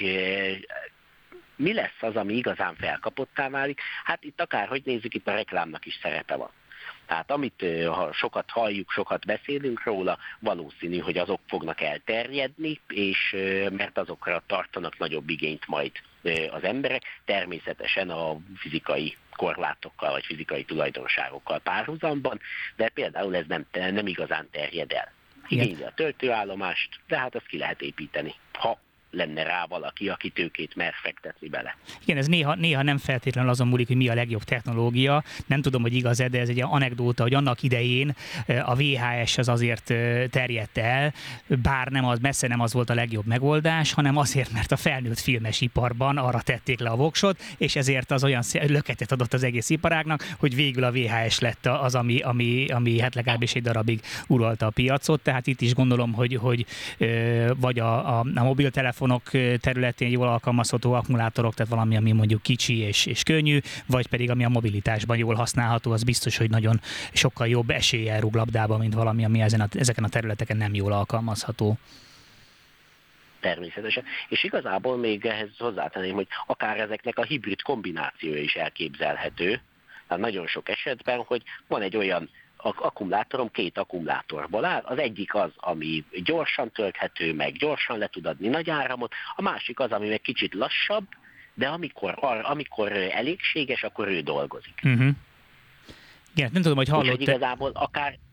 mi lesz az, ami igazán felkapottá válik? Hát itt akárhogy nézzük, itt a reklámnak is szerepe van. Tehát ha sokat halljuk, sokat beszélünk róla, valószínű, hogy azok fognak elterjedni, és mert azokra tartanak nagyobb igényt majd az emberek, természetesen a fizikai korlátokkal, vagy fizikai tulajdonságokkal párhuzamban, de például ez nem igazán terjed el. Igényli a töltőállomást, de hát azt ki lehet építeni, ha lenne rá valaki, aki tőkét mer fektetni bele. Igen, ez néha nem feltétlenül azon múlik, hogy mi a legjobb technológia. Nem tudom, hogy igaz-e, de ez egy anekdóta, hogy annak idején a VHS az azért terjedt el, bár messze nem az volt a legjobb megoldás, hanem azért, mert a felnőtt filmes iparban arra tették le a voksot, és ezért az olyan löketet adott az egész iparágnak, hogy végül a VHS lett az, ami hát legalábbis egy darabig uralta a piacot. Tehát itt is gondolom, hogy vagy a mobiltelefon területén jól alkalmazható akkumulátorok, tehát valami, ami mondjuk kicsi és könnyű, vagy pedig ami a mobilitásban jól használható, az biztos, hogy nagyon sokkal jobb eséllyel rúg labdába, mint valami, ami ezeken a területeken nem jól alkalmazható. Természetesen. És igazából még ehhez hozzátenném, hogy akár ezeknek a hibrid kombinációja is elképzelhető. Tehát nagyon sok esetben, hogy van egy olyan akkumulátorom 2 akkumulátorból áll. Az egyik az, ami gyorsan tölthető, meg gyorsan le tud adni nagy áramot, a másik az, ami meg kicsit lassabb, de amikor elégséges, akkor ő dolgozik. Igen, nem tudom, hogy hallott. Igazából akár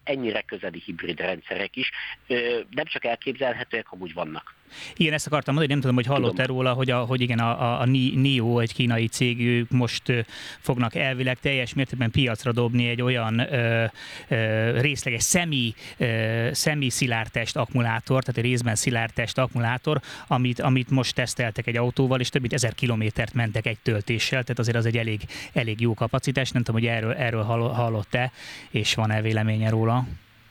ennyire közeli hibrid rendszerek is nem csak elképzelhetőek, amúgy vannak. Igen, ezt akartam mondani, nem tudom, hogy hallott-e róla, hogy igen, a NIO, egy kínai cég, ők most fognak elvileg teljes mértékben piacra dobni egy olyan részleges szemi-szilárdtest akkumulátor, tehát egy részben szilárdtest akkumulátor, amit most teszteltek egy autóval, és több mint 1000 kilométert mentek egy töltéssel, tehát azért az egy elég jó kapacitás. Nem tudom, hogy erről hallott-e, és van-e véleménye róla?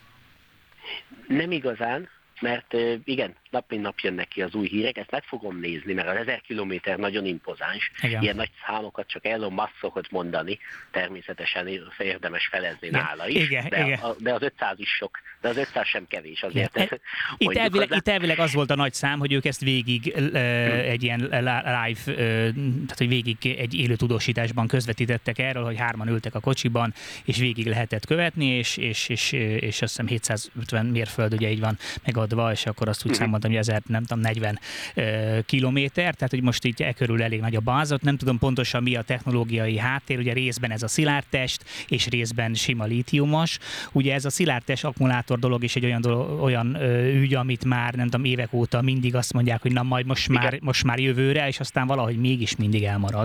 Nem igazán, mert igen, nap mint nap jönnek ki az új hírek, ezt meg fogom nézni, mert az 1000 kilométer nagyon impozáns. Igen. Ilyen nagy számokat csak Elon Musk szokott mondani, természetesen érdemes felezni nála is, igen, de az 500 is sok, de az 500 sem kevés azért. Itt elvileg az volt a nagy szám, hogy ők ezt végig egy ilyen live, tehát hogy végig egy élő tudósításban közvetítettek erről, hogy 3-an ültek a kocsiban, és végig lehetett követni, és azt hiszem 750 mérföld ugye így van megadva, és akkor azt úgy számoltam, hogy 1040 kilométer, tehát hogy most így körül elég nagy a bázat. Nem tudom pontosan mi a technológiai háttér, ugye részben ez a szilárdtest, és részben sima lítiumos. Ugye ez a szilárdtest akkumulátor dolog is egy olyan ügy, amit már nem tudom, évek óta mindig azt mondják, hogy na majd most már jövőre, és aztán valahogy mégis mindig elmarad.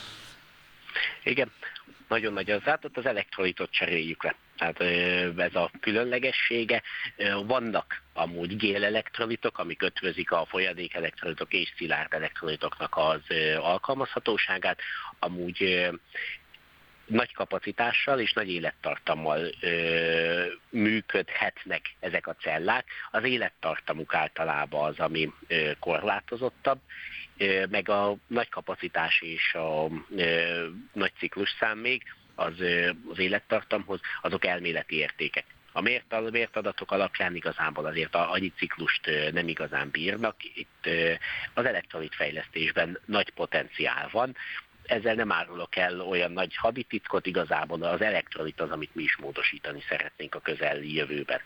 Igen, nagyon nagy az ott az elektrolitot cseréljük le. Tehát ez a különlegessége. Vannak amúgy gél-elektrolitok, amik ötvözik a folyadék elektrolitok és szilárd elektrolitoknak az alkalmazhatóságát. Amúgy nagy kapacitással és nagy élettartammal működhetnek ezek a cellák. Az élettartamuk általában az, ami korlátozottabb, meg a nagy kapacitás és a nagy ciklusszám még az élettartamhoz, azok elméleti értékek. A mért adatok alapján igazából azért annyi ciklust nem igazán bírnak. Itt az elektrolit fejlesztésben nagy potenciál van. Ezzel nem árulok el olyan nagy hadititkot, igazából az elektrolit az, amit mi is módosítani szeretnénk a közeli jövőben.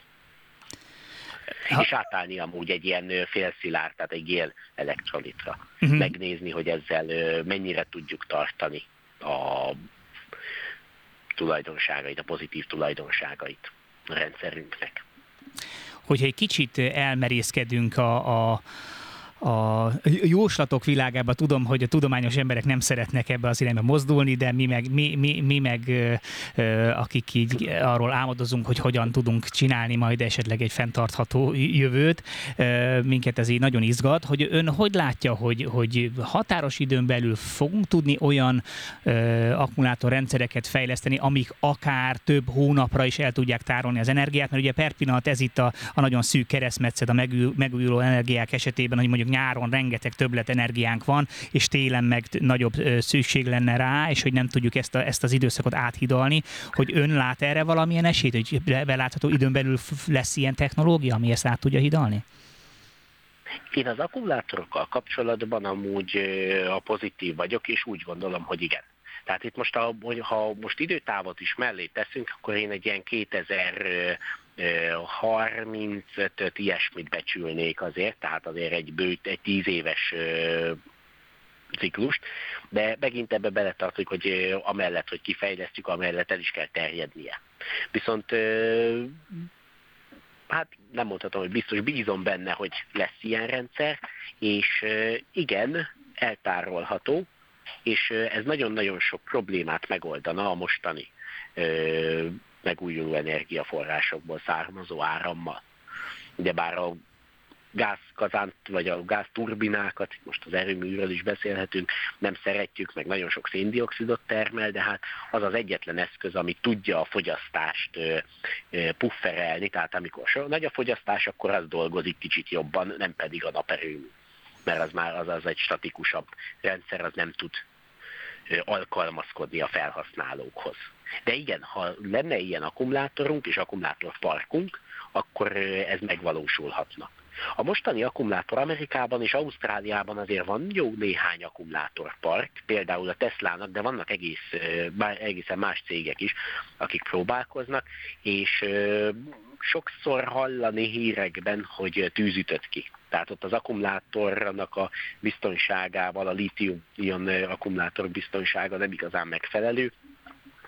És átállni amúgy egy ilyen félszilárd, tehát egy gél elektrolitra. Megnézni, hogy ezzel mennyire tudjuk tartani a tulajdonságait, a pozitív tulajdonságait a rendszerünknek. Hogyha egy kicsit elmerészkedünk a jóslatok világában, tudom, hogy a tudományos emberek nem szeretnek ebbe az irányba mozdulni, de mi meg akik így arról álmodozunk, hogy hogyan tudunk csinálni majd esetleg egy fenntartható jövőt, minket ez így nagyon izgat, hogy ön hogy látja, hogy határos időn belül fogunk tudni olyan akkumulátorrendszereket fejleszteni, amik akár több hónapra is el tudják tárolni az energiát, mert ugye per pillanat ez itt a nagyon szűk keresztmetszet a megújuló energiák esetében, hogy mondjuk nyáron rengeteg többlet energiánk van, és télen meg nagyobb szükség lenne rá, és hogy nem tudjuk ezt az időszakot áthidalni, hogy ön lát erre valamilyen esélyt, hogy belátható időn belül lesz ilyen technológia, ami ezt át tudja hidalni? Én az akkumulátorokkal kapcsolatban amúgy a pozitív vagyok, és úgy gondolom, hogy igen. Tehát itt most, ha most időtávot is mellé teszünk, akkor én egy ilyen 2035-öt ilyesmit becsülnék azért, tehát azért egy 10 éves ciklust, de megint ebbe beletartjuk, hogy amellett, hogy kifejlesztjük, amellett el is kell terjednie. Viszont hát nem mondhatom, hogy biztos, bízom benne, hogy lesz ilyen rendszer, és igen, eltárolható, és ez nagyon-nagyon sok problémát megoldana a mostani megújuló energiaforrásokból származó árammal. Ugyebár a gázkazánt, vagy a gázturbinákat, most az erőműről is beszélhetünk, nem szeretjük, meg nagyon sok széndioxidot termel, de hát az az egyetlen eszköz, ami tudja a fogyasztást pufferelni, tehát amikor nagy a fogyasztás, akkor az dolgozik kicsit jobban, nem pedig a naperőmű. Mert az már az egy statikusabb rendszer, az nem tud alkalmazkodni a felhasználókhoz. De igen, ha lenne ilyen akkumulátorunk és akkumulátorparkunk, akkor ez megvalósulhatna. A mostani akkumulátor Amerikában és Ausztráliában azért van jó néhány akkumulátorpark, például a Teslának, de vannak egészen más cégek is, akik próbálkoznak, és sokszor hallani hírekben, hogy tűz ütött ki. Tehát ott az akkumulátornak a biztonságával, a lítium-ion akkumulátor biztonsága nem igazán megfelelő,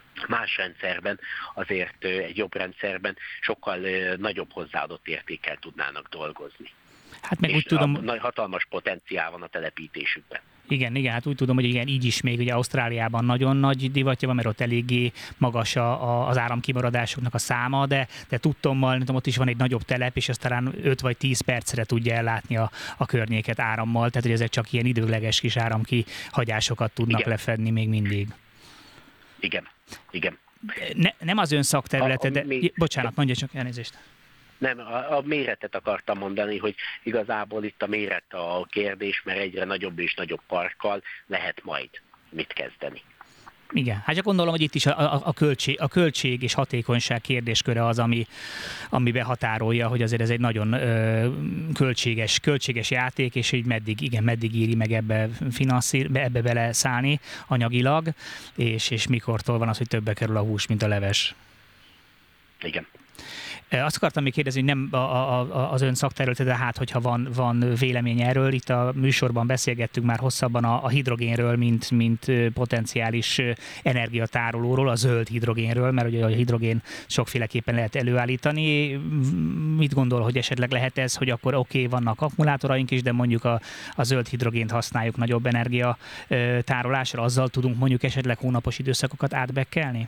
Más rendszerben, azért egy jobb rendszerben sokkal nagyobb hozzáadott értékkel tudnának dolgozni. Hát meg És úgy tudom, hatalmas potenciál van a telepítésükben. igen, hát úgy tudom, hogy igen, így is még ugye Ausztráliában nagyon nagy divatja van, mert ott eléggé magas az áramkimaradásoknak a száma, de tudtommal, nem tudom, ott is van egy nagyobb telep, és az talán 5 vagy 10 percre tudja ellátni a környéket árammal, tehát hogy ezek csak ilyen időleges kis áramkihagyásokat tudnak lefedni még mindig. Igen. Nem az ön szakterülete, de... Bocsánat, mondja csak, elnézést. Nem, a méretet akartam mondani, hogy igazából itt a méret a kérdés, mert egyre nagyobb és nagyobb parkkal lehet majd mit kezdeni. Igen, hát csak gondolom, hogy itt is a költség és hatékonyság kérdésköre az, ami behatárolja, hogy azért ez egy nagyon költséges játék, és hogy meddig éri meg ebbe beleszállni anyagilag, és mikortól van az, hogy többe kerül a hús, mint a leves. Igen. Azt akartam még kérdezni, hogy nem az ön szakterülete, de hát, hogyha van vélemény erről, itt a műsorban beszélgettünk már hosszabban a hidrogénről, mint potenciális energiatárolóról, a zöld hidrogénről, mert ugye a hidrogén sokféleképpen lehet előállítani. Mit gondol, hogy esetleg lehet ez, hogy akkor oké, vannak akkumulátoraink is, de mondjuk a zöld hidrogént használjuk nagyobb energiatárolásra, azzal tudunk mondjuk esetleg hónapos időszakokat átbekkelni?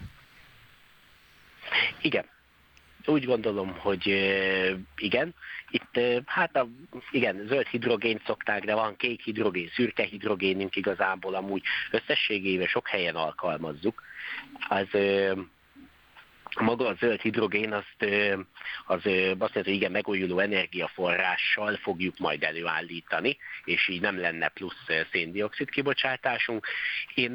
Igen. Úgy gondolom, hogy igen. Itt igen, zöld hidrogént szokták, de van kék hidrogén, szürke hidrogénünk igazából amúgy összességével sok helyen alkalmazzuk. Maga a zöld hidrogén azt jelenti, hogy igen, megújuló energiaforrással fogjuk majd előállítani, és így nem lenne plusz szén-dioxid kibocsátásunk. Én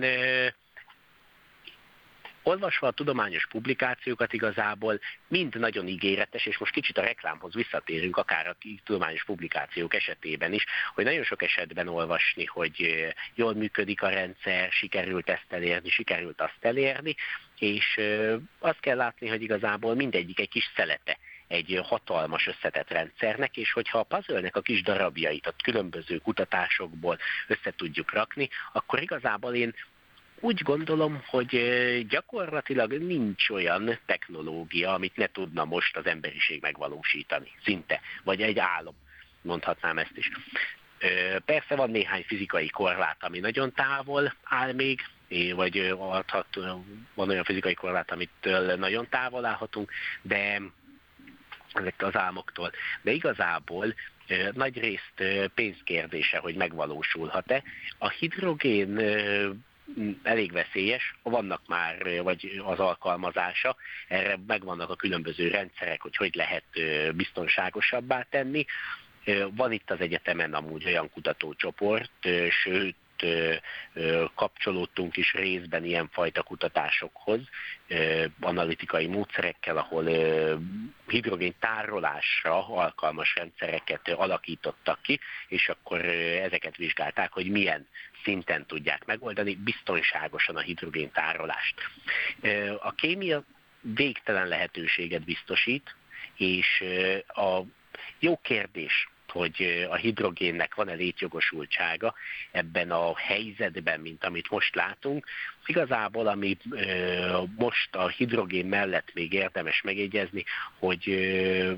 olvasva a tudományos publikációkat igazából mind nagyon ígéretes, és most kicsit a reklámhoz visszatérünk, akár a tudományos publikációk esetében is, hogy nagyon sok esetben olvasni, hogy jól működik a rendszer, sikerült ezt elérni, sikerült azt elérni, és azt kell látni, hogy igazából mindegyik egy kis szelete egy hatalmas összetett rendszernek, és hogyha a puzzle-nek a kis darabjait a különböző kutatásokból össze tudjuk rakni, akkor igazából én úgy gondolom, hogy gyakorlatilag nincs olyan technológia, amit ne tudna most az emberiség megvalósítani, szinte, vagy egy álom, mondhatnám ezt is. Persze van néhány fizikai korlát, ami nagyon távol áll még, vagy van olyan fizikai korlát, amitől nagyon távol állhatunk, de ezek az álmoktól. De igazából nagy részt pénzkérdése, hogy megvalósulhat-e. A hidrogén elég veszélyes, vannak már, vagy az alkalmazása, erre megvannak a különböző rendszerek, hogy lehet biztonságosabbá tenni. Van itt az egyetemen amúgy olyan kutatócsoport, sőt, kapcsolódtunk is részben ilyenfajta kutatásokhoz, analitikai módszerekkel, ahol hidrogén tárolásra alkalmas rendszereket alakítottak ki, és akkor ezeket vizsgálták, hogy milyen szinten tudják megoldani biztonságosan a hidrogén tárolást. A kémia végtelen lehetőséget biztosít, és a jó kérdés, hogy a hidrogénnek van-e létjogosultsága ebben a helyzetben, mint amit most látunk. Igazából, ami most a hidrogén mellett még érdemes megjegyezni, hogy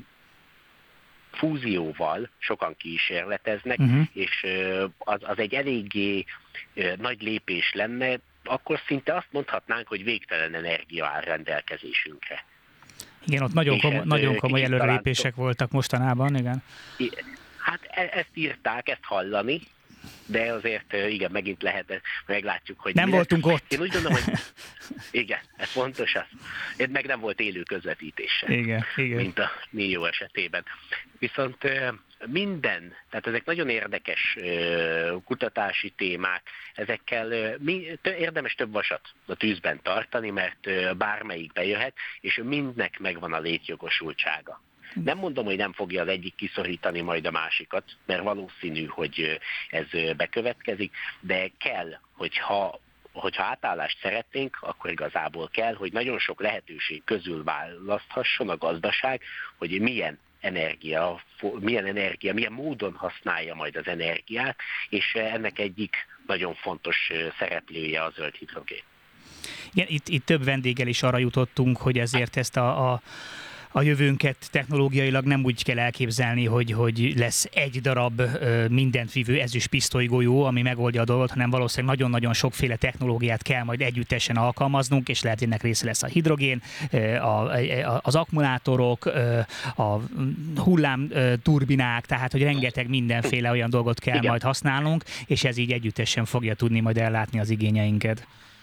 fúzióval sokan kísérleteznek, és az egy eléggé nagy lépés lenne, akkor szinte azt mondhatnánk, hogy végtelen energia áll rendelkezésünkre. Igen, ott nagyon komoly előrelépések voltak mostanában, igen. Hát ezt írták, ezt hallani, de azért igen, megint lehet, meglátjuk, hogy... Nem voltunk ott. Én úgy gondolom, hogy igen, ez fontos az. Meg nem volt élő közvetítése, igen. mint a NIO esetében. Viszont tehát ezek nagyon érdekes kutatási témák, ezekkel érdemes több vasat a tűzben tartani, mert bármelyik bejöhet, és mindnek megvan a létjogosultsága. Nem mondom, hogy nem fogja az egyik kiszorítani majd a másikat, mert valószínű, hogy ez bekövetkezik, de kell, hogyha átállást szeretnénk, akkor igazából kell, hogy nagyon sok lehetőség közül választhasson a gazdaság, hogy milyen módon használja majd az energiát, és ennek egyik nagyon fontos szereplője a zöld hidrogén. Igen, itt több vendéggel is arra jutottunk, hogy ezért ezt a jövőnket technológiailag nem úgy kell elképzelni, hogy lesz egy darab mindent vívő ezüst pisztolygolyó, ami megoldja a dolgot, hanem valószínűleg nagyon-nagyon sokféle technológiát kell majd együttesen alkalmaznunk, és lehet, ennek része lesz a hidrogén, az akkumulátorok, a hullámturbinák, tehát hogy rengeteg mindenféle olyan dolgot kell majd használnunk, és ez így együttesen fogja tudni majd ellátni az igényeinket.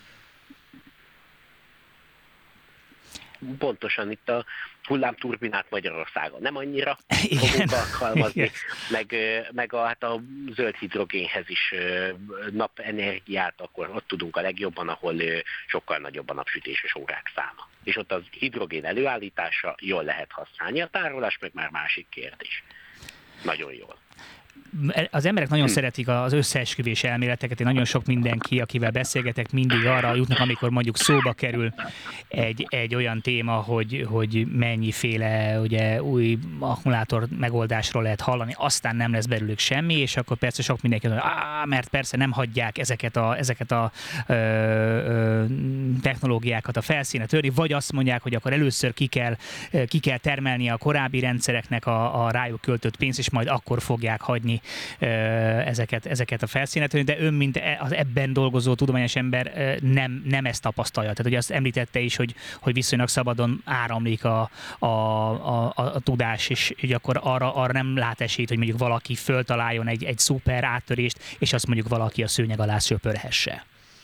Pontosan itt a hullámturbinát Magyarországon nem annyira fogunk alkalmazni, meg a zöld hidrogénhez is napenergiát, akkor ott tudunk a legjobban, ahol sokkal nagyobb a napsütéses órák száma. És ott az hidrogén előállítása jól lehet használni, a tárolás meg már másik kérdés. Nagyon jól. Az emberek nagyon szeretik az összeesküvés elméleteket, nagyon sok mindenki, akivel beszélgetek, mindig arra jutnak, amikor mondjuk szóba kerül egy olyan téma, hogy mennyiféle ugye, új akkumulátor megoldásról lehet hallani, aztán nem lesz belőlük semmi, és akkor persze sok mindenki mondja, mert persze nem hagyják ezeket a technológiákat a felszíne törni, vagy azt mondják, hogy akkor először ki kell termelni a korábbi rendszereknek a rájuk költött pénzt, és majd akkor fogják hagyni ezeket a felszínet, de ön, mint az ebben dolgozó tudományos ember nem ezt tapasztalja. Tehát ugye azt említette is, hogy viszonylag szabadon áramlik a tudás, és akkor arra nem lát esélyt, hogy mondjuk valaki föltaláljon egy szuper áttörést, és azt mondjuk valaki a szőnyeg alá söpörhesse.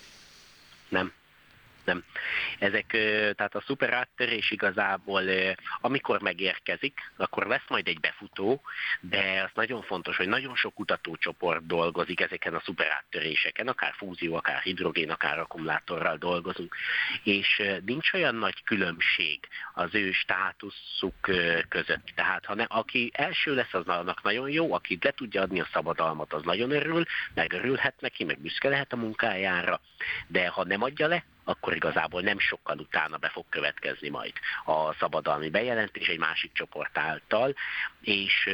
Nem. Tehát a szuper áttörés igazából, amikor megérkezik, akkor lesz majd egy befutó, de az nagyon fontos, hogy nagyon sok kutatócsoport dolgozik ezeken a szuper áttöréseken, akár fúzió, akár hidrogén, akár akkumulátorral dolgozunk, és nincs olyan nagy különbség az ő státuszuk között. Tehát aki első lesz, az annak nagyon jó, aki le tudja adni a szabadalmat, az nagyon örül, megörülhet neki, meg büszke lehet a munkájára, de ha nem adja le, akkor igazából nem sokkal utána be fog következni majd a szabadalmi bejelentés egy másik csoport által, és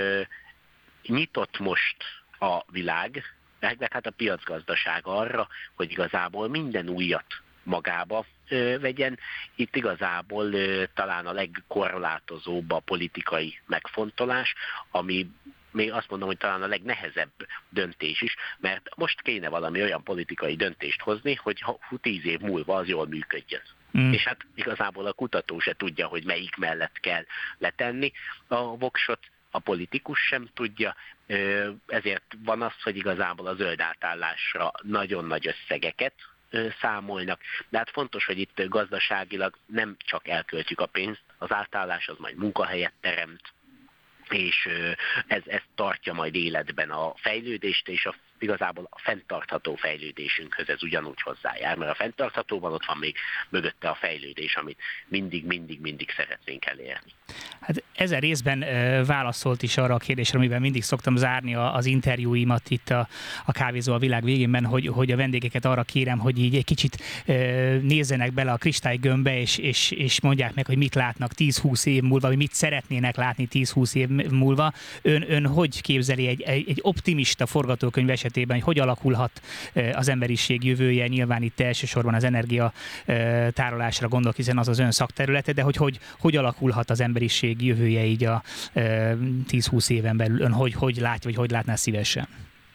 nyitott most a világ, meg hát a piacgazdaság arra, hogy igazából minden újat magába vegyen. Itt igazából talán a legkorlátozóbb a politikai megfontolás, ami még azt mondom, hogy talán a legnehezebb döntés is, mert most kéne valami olyan politikai döntést hozni, hogy 10 év múlva az jól működjön. És hát igazából a kutató se tudja, hogy melyik mellett kell letenni a voksot, a politikus sem tudja, ezért van az, hogy igazából a zöld átállásra nagyon nagy összegeket számolnak, de hát fontos, hogy itt gazdaságilag nem csak elköltjük a pénzt, az átállás az majd munkahelyet teremt, és ez tartja majd életben a fejlődést, és igazából a fenntartható fejlődésünkhöz ez ugyanúgy hozzájár, mert a fenntarthatóban ott van még mögötte a fejlődés, amit mindig szeretnénk elérni. Hát ezen részben válaszolt is arra a kérdésre, amivel mindig szoktam zárni az interjúimat itt a Kávézó a világ végénben, hogy a vendégeket arra kérem, hogy így egy kicsit nézzenek bele a kristálygömbbe, és mondják meg, hogy mit látnak 10-20 év múlva, vagy mit szeretnének látni 10-20 év múlva. Ön hogy képzeli egy optimista forgatókönyv esetében, hogy alakulhat az emberiség jövője? Nyilván itt elsősorban az energia tárolásra gondolok, hiszen az ön szakterülete, de hogy alakulhat az emberiség jövője így a 10-20 éven belül? Ön hogy látja, vagy hogy látná szívesen?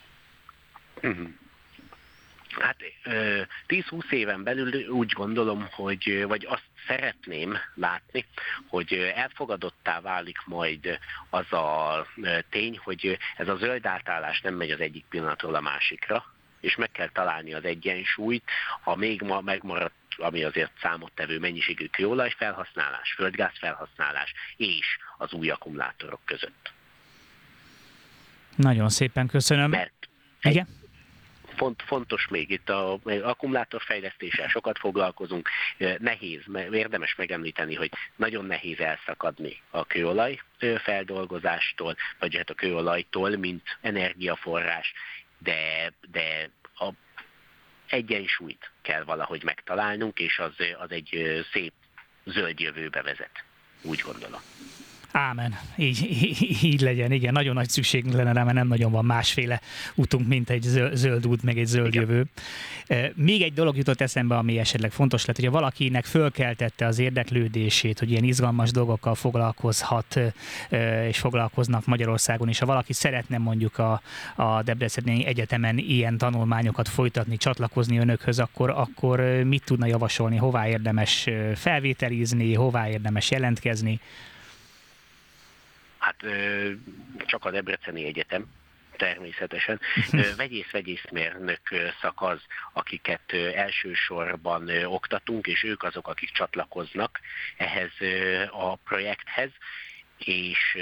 Hát 10-20 éven belül úgy gondolom, vagy azt szeretném látni, hogy elfogadottá válik majd az a tény, hogy ez a zöld átállás nem megy az egyik pillanatról a másikra, és meg kell találni az egyensúlyt, ha még ma megmaradt, ami azért számottevő mennyiségű kőolaj felhasználás, földgáz felhasználás és az új akkumulátorok között. Nagyon szépen köszönöm. Mert igen? Fontos még itt az akkumulátorfejlesztéssel sokat foglalkozunk, nehéz, érdemes megemlíteni, hogy nagyon nehéz elszakadni a kőolaj feldolgozástól, vagy hát a kőolajtól, mint energiaforrás, de a egyensúlyt kell valahogy megtalálnunk, és az egy szép zöld jövőbe vezet, úgy gondolom. Ámen. Így legyen. Igen, nagyon nagy szükségünk lenne rá, mert nem nagyon van másféle útunk, mint egy zöld út, meg egy zöld jövő. Még egy dolog jutott eszembe, ami esetleg fontos lett, hogyha valakinek fölkeltette az érdeklődését, hogy ilyen izgalmas dolgokkal foglalkozhat, és foglalkoznak Magyarországon, és ha valaki szeretne mondjuk a Debreceni Egyetemen ilyen tanulmányokat folytatni, csatlakozni önökhöz, akkor mit tudna javasolni, hová érdemes felvételizni, hová érdemes jelentkezni? Hát csak a Debreceni Egyetem, természetesen. Vegyész-vegyészmérnök szak az, akiket elsősorban oktatunk, és ők azok, akik csatlakoznak ehhez a projekthez, és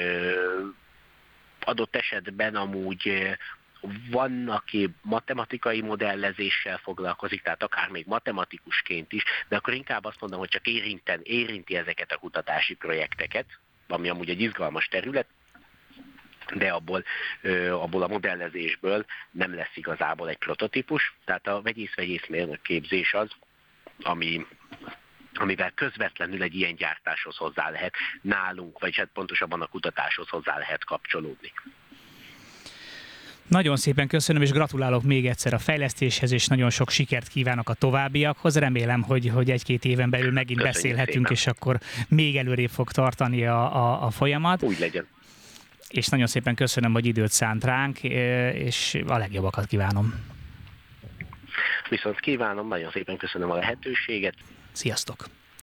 adott esetben amúgy van, aki matematikai modellezéssel foglalkozik, tehát akár még matematikusként is, de akkor inkább azt mondom, hogy csak érinti ezeket a kutatási projekteket, ami amúgy egy izgalmas terület, de abból a modellezésből nem lesz igazából egy prototípus. Tehát a vegyész-vegyészmérnök képzés az, amivel közvetlenül egy ilyen gyártáshoz hozzá lehet nálunk, vagy hát pontosabban a kutatáshoz hozzá lehet kapcsolódni. Nagyon szépen köszönöm, és gratulálok még egyszer a fejlesztéshez, és nagyon sok sikert kívánok a továbbiakhoz. Remélem, hogy egy-két éven belül megint Köszönjük beszélhetünk, szépen. És akkor még előrébb fog tartani a folyamat. Úgy legyen. És nagyon szépen köszönöm, hogy időt szánt ránk, és a legjobbakat kívánom. Viszont kívánom, nagyon szépen köszönöm a lehetőséget. Sziasztok!